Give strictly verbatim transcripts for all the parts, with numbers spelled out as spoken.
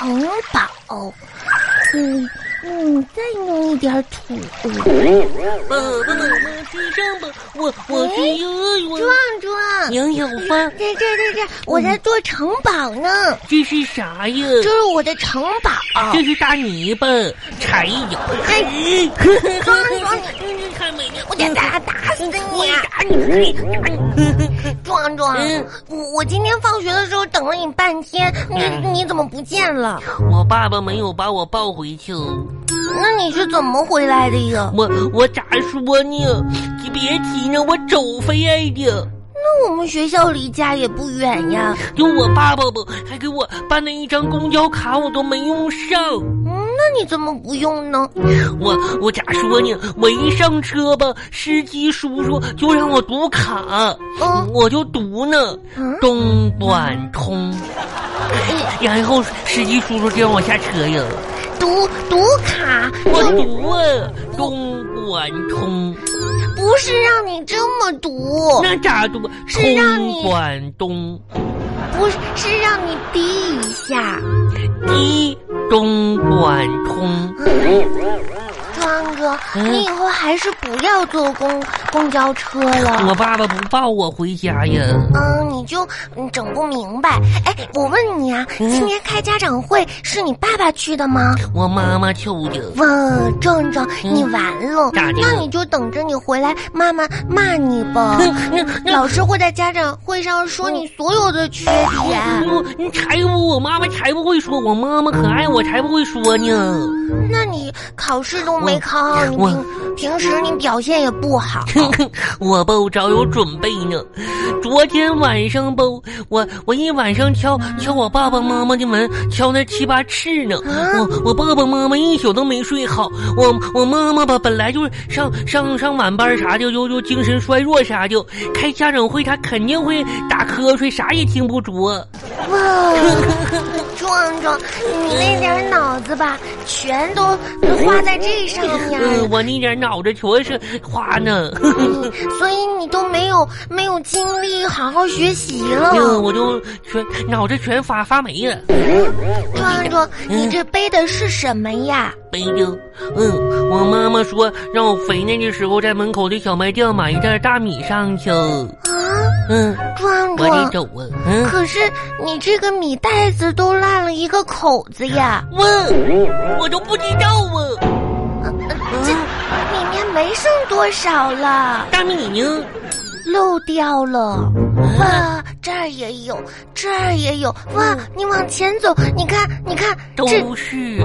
城堡。嗯嗯，再弄一点土。 爸爸妈妈去上班，我我去幼儿园。 壮壮， 娘有饭。 这这这这，我在做城堡呢。 这是啥呀？ 这是我的城堡。 这是大泥巴，柴油。 哎，壮壮， 你看没呢？ 我得打打死你！ 我打你！ 壮壮，我我今天放学的时候等了你半天，你你怎么不见了？ 我爸爸没有把我抱回去。 那你是怎么回来的呀？ 我我咋说呢？你别提呢，我走回来的。 那我们学校离家也不远呀。 就我爸爸吧，还给我办了一张公交卡，我都没用上。 嗯，那你怎么不用呢？ 我我咋说呢？我一上车吧，司机叔叔就让我读卡，嗯，我就读呢，嗯、东莞通。然后司机叔叔就让我下车呀。 读读卡， 我读啊，东莞通。 不是让你这么读， 那咋读？ 是让你东莞东。 不是，是让你滴一下， 滴东莞通。 壮哥，嗯、你以后还是不要坐公公交车了。 我爸爸不抱我回家呀。 嗯，你就你整不明白。哎，我问你啊，嗯、今天开家长会是你爸爸去的吗？ 我妈妈去的。 哇，壮壮，嗯、你完了！ 咋的？ 那你就等着你回来，妈妈骂你吧。老师会在家长会上说你所有的缺点。 我你才不，我妈妈才不会说，我妈妈可爱我才不会说呢。 那你考试都没考好，你平平时你表现也不好。 我不早有准备呢。昨天晚上不，我我一晚上敲敲我爸爸妈妈的门，敲那七八次呢。啊、我我爸爸妈妈一宿都没睡好。我我妈妈吧，本来就是上上上晚班啥的，就就精神衰弱啥的。开家长会，他肯定会打瞌睡，啥也听不着。 哇，壮壮，你那点脑子吧，全都花在这上面。 嗯，我那点脑子全是花呢。 嗯、所以你都没有没有精力好好学习了。 嗯，我就全脑子全发发霉了。 壮壮，嗯、你这背的是什么呀？ 背的，嗯，我妈妈说让我回来的时候，在门口的小卖店买一袋大米上去。 啊， 嗯， 壮壮， 我得走啊。嗯， 可是你这个米袋子都烂了一个口子呀。 问，我都不知道啊。 呃、这里面没剩多少了。 大米呢？ 漏掉了。哇，这儿也有，这儿也有。哇，你往前走，你看，你看， 都是。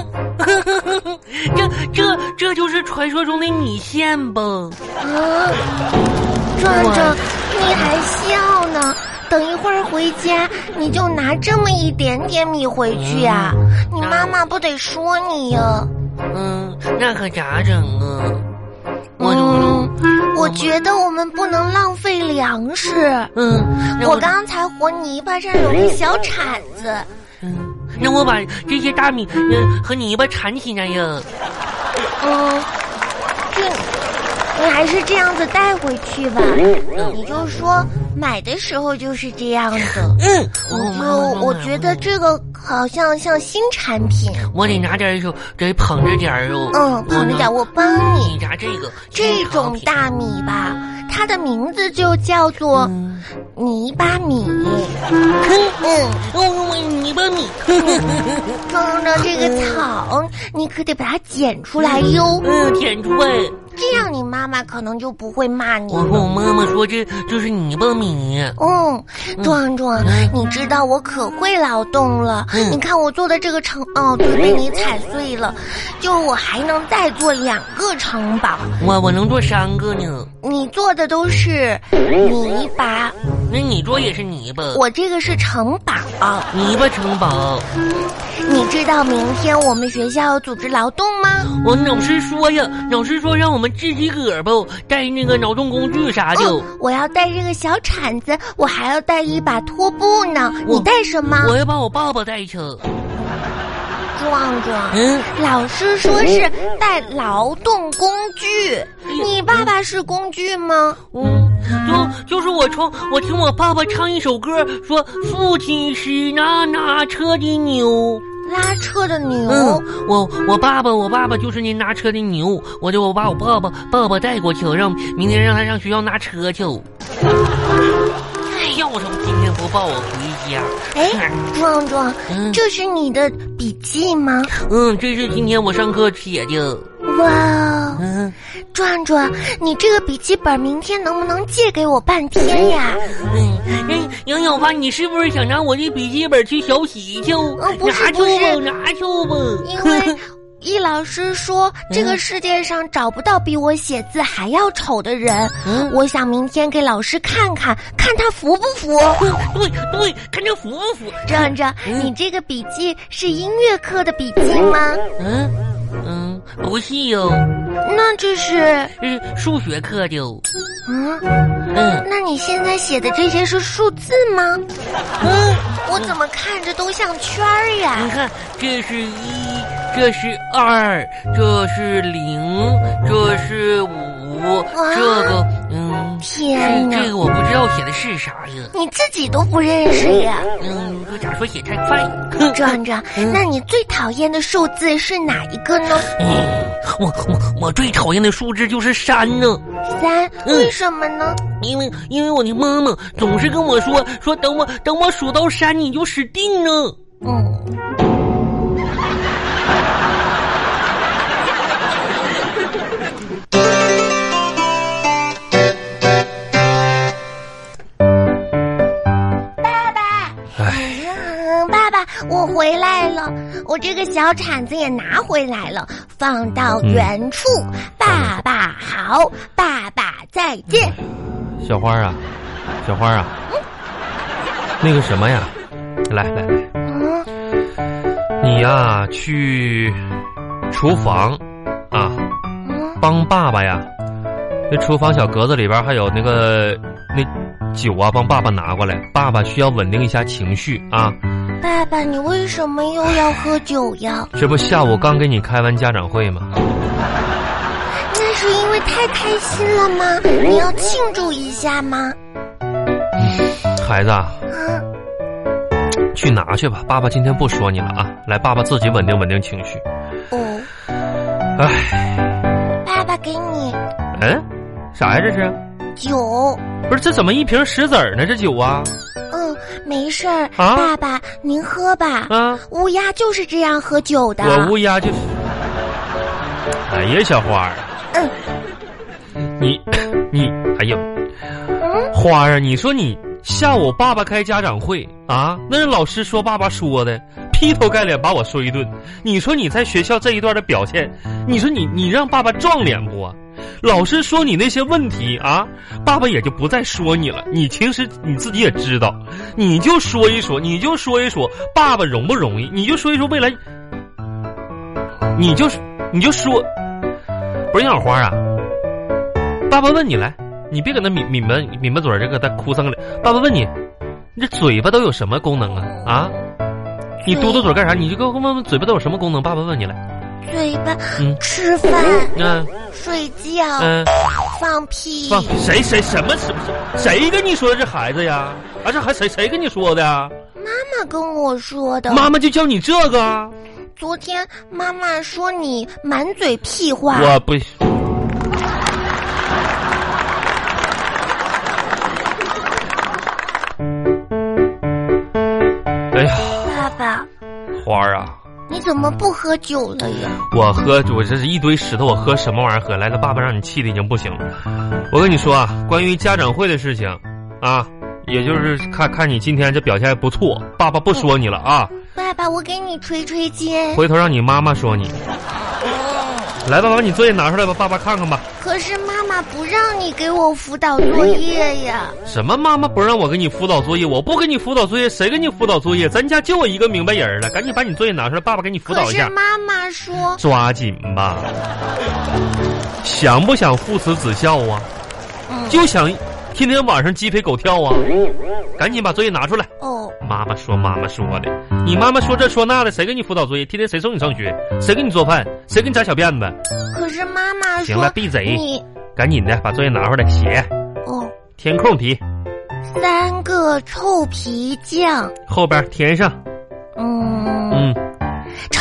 这这这就是传说中的米线吧？ 啊，壮壮，你还笑呢？等一会儿回家，你就拿这么一点点米回去呀、啊，你妈妈不得说你呀？ 嗯，那可咋整啊？我嗯，我觉得我们不能浪费粮食。 嗯， 我刚才和泥巴上有个小铲子。 嗯，那我把这些大米嗯和泥巴铲起来呀。 嗯，这你还是这样子带回去吧。嗯，你就说买的时候就是这样的。 嗯， 我就我觉得这个好像像新产品。 我得拿点手，得捧着点哦。 嗯，捧着点，我帮你。 你拿这个这种大米吧，它的名字就叫做。嗯泥巴米， 嗯，哦，泥巴米， 壮壮，这个草你可得把它剪出来哟。 嗯，剪出来， 这样你妈妈可能就不会骂你。 我和我妈妈说这就是泥巴米。 嗯，壮壮，嗯、你知道我可会劳动了。嗯、你看我做的这个城，哦，对，被你踩碎了，就我还能再做两个城堡。 我我能做三个呢。 你做的都是泥巴。 那你做也是泥巴， 我这个是城堡， 泥巴城堡。 你知道明天我们学校要组织劳动吗？ 我老师说呀，老师说让我们自己个儿吧，带那个劳动工具啥的。 哦、我要带这个小铲子，我还要带一把拖布呢。你带什么？ 我要把我爸爸带去。 壮壮，嗯，老师说是带劳动工具，你爸爸是工具吗？ 嗯，就就是我从我听我爸爸唱一首歌，说父亲是那拿车的牛。 拉车的牛。 嗯，我我爸爸，我爸爸就是那拉车的牛，我就我把我爸爸爸爸带过去，让明天让他上学校拿车去。要什么今天不抱我回家？ 哎，壮壮，嗯、这是你的笔记吗？ 嗯，这是今天我上课写的。 哇，嗯，壮壮，你这个笔记本明天能不能借给我半天呀？ 嗯，哎，杨小发，你是不是想拿我这笔记本去小喜去？ 哦，不是拿不是， 拿去吧。 因为易老师说，这个世界上找不到比我写字还要丑的人。嗯，我想明天给老师看看，看他服不服。 对对，看他服不服。 壮壮，嗯、你这个笔记是音乐课的笔记吗？ 嗯嗯，不是哟。 那这是是数学课的。 嗯嗯，那你现在写的这些是数字吗？嗯，我怎么看着都像圈儿呀？ 你看，这是一。这是二，这是零，这是五，这个嗯， 天哪， 这个我不知道写的是啥呀？ 你自己都不认识呀？ 嗯，这咋说写太快？ 壮壮，嗯、那你最讨厌的数字是哪一个呢？ 嗯，我我我最讨厌的数字就是三呢。 三？为什么呢？ 嗯、因为因为我的妈妈总是跟我说说等我等我数到三你就死定了。嗯。 我回来了，我这个小铲子也拿回来了，放到原处。嗯、爸爸好，爸爸再见。 小花啊，小花啊，嗯、那个什么呀，来来来，嗯、你呀去厨房啊，嗯、帮爸爸呀，那厨房小格子里边还有那个那酒啊，帮爸爸拿过来，爸爸需要稳定一下情绪啊。 爸爸，你为什么又要喝酒呀？ 这不下午刚给你开完家长会吗？ 那是因为太开心了吗？你要庆祝一下吗？ 孩子，嗯，去拿去吧，爸爸今天不说你了啊！来，爸爸自己稳定稳定情绪。 哦， 哎， 爸爸给你。 嗯，啥呀？这是酒。 不是，这怎么一瓶石子儿呢？这酒啊？ 嗯，没事儿，啊、爸爸您喝吧。啊，乌鸦就是这样喝酒的。 我乌鸦就是。哎呀，小花儿，嗯，你你哎呦，嗯、花儿啊，你说你下午爸爸开家长会啊，那是老师说爸爸说的，劈头盖脸把我说一顿。你说你在学校这一段的表现，你说你你让爸爸撞脸不啊？老师说你那些问题啊，爸爸也就不再说你了。你其实你自己也知道，你就说一说，你就说一说，爸爸容不容易？你就说一说未来，你就你就说，不是杨小花啊？爸爸问你来，你别搁那抿抿巴抿巴嘴这个在哭丧了。爸爸问你，你这嘴巴都有什么功能啊？啊？你嘟嘟嘴干啥？你就跟我问问嘴巴都有什么功能？爸爸问你来。 嘴巴，嗯，吃饭，嗯，睡觉，嗯，放屁， 放谁谁什么什么谁跟你说的这孩子呀？啊，这还谁谁跟你说的呀？ 妈妈跟我说的。 妈妈就教你这个？ 昨天妈妈说你满嘴屁话。 我不。哎呀， 爸爸， 花儿啊。 你怎么不喝酒了呀？ 我喝，我这是一堆石头，我喝什么玩意儿喝？来了，爸爸让你气的已经不行了。我跟你说啊，关于家长会的事情，啊，也就是看看你今天这表现还不错，爸爸不说你了啊。 爸爸，我给你捶捶肩。 回头让你妈妈说你。来吧，把你作业拿出来吧，爸爸看看吧。 可是妈妈不让你给我辅导作业呀。 什么妈妈不让我给你辅导作业？我不给你辅导作业，谁给你辅导作业？咱家就我一个明白人了，赶紧把你作业拿出来，爸爸给你辅导一下。 可是妈妈说。 抓紧吧。想不想父慈子孝啊？嗯、就想天天晚上鸡飞狗跳啊！赶紧把作业拿出来。哦。妈妈说妈妈说的，你妈妈说这说那的，谁给你辅导作业？天天谁送你上学？谁给你做饭？谁给你扎小辫子？ 可是妈妈说。 行了，闭嘴！ 你赶紧的把作业拿出来写。哦。填空题。 三个臭皮匠。 后边填上。 嗯嗯。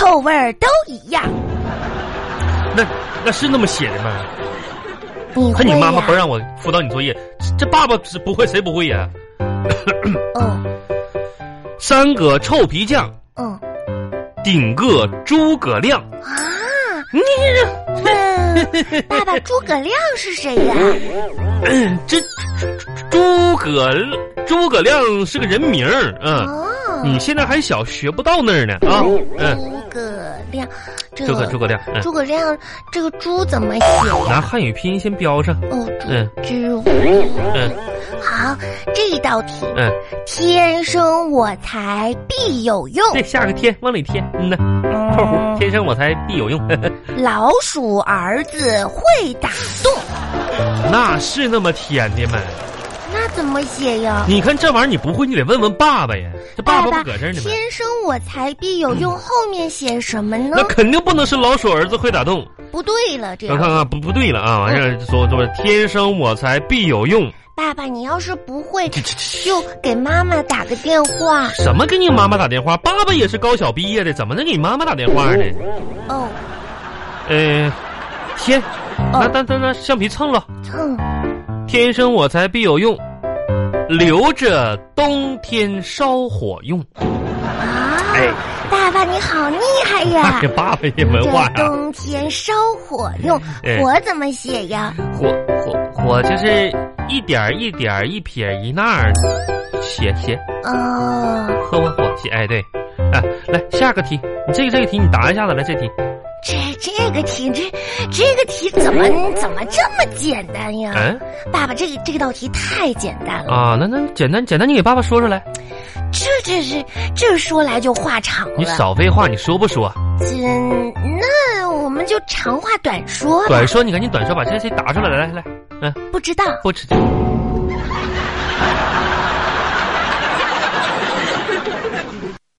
臭味儿都一样。 那那是那么写的吗？ 你会呀？ 那你妈妈不让我辅导你作业，这爸爸是不会谁不会呀？ 哦， 三个臭皮匠， 嗯， 顶个诸葛亮啊！ 你嗯，爸爸，诸葛亮是谁呀？ 这诸葛诸葛亮是个人名儿，嗯， 哦， 你现在还小，学不到那儿呢啊，嗯， 诸葛亮，这诸葛诸葛亮，嗯， 诸葛亮这个猪怎么写呀？ 拿汉语拼音先标上， 哦， 嗯猪， 嗯， 好，这道题， 嗯， 天生我材必有用， 对，下个天往里填，嗯呐，括弧，天生我材必有用， 老鼠儿子会打洞， 那是那么填的吗？ 那怎么写呀？ 你看这玩意儿你不会，你得问问爸爸呀。这爸爸不搁这儿呢吗？ 天生我材必有用，后面写什么呢？ 那肯定不能是老鼠儿子会打洞。 不对了，这样。 我看看，不不对了啊！完事儿说说天生我材必有用。 爸爸，你要是不会，就给妈妈打个电话。 什么给你妈妈打电话？爸爸也是高小毕业的，怎么能给你妈妈打电话呢？ 哦， 呃，天，拿拿拿拿橡皮蹭了。 蹭。 天生我材必有用，留着冬天烧火用。 啊！ 哎， 爸爸你好厉害呀！ 这爸爸也文化呀。 冬天烧火用，火怎么写呀？ 火火火就是一点一点一撇一捺写写。 哦， 和我火写，哎对，啊，来下个题，你这个这个题你答一下子，来这题。 这这个题，这这个题怎么怎么这么简单呀？ 嗯， 爸爸，这个这个道题太简单了啊！那那简单简单，你给爸爸说出来。 这这是这说来就话长了。 你少废话，你说不说？ 嗯，那我们就长话短说吧。 短说，你赶紧短说，把这些答出来，来来来，嗯， 不知道， 不知道。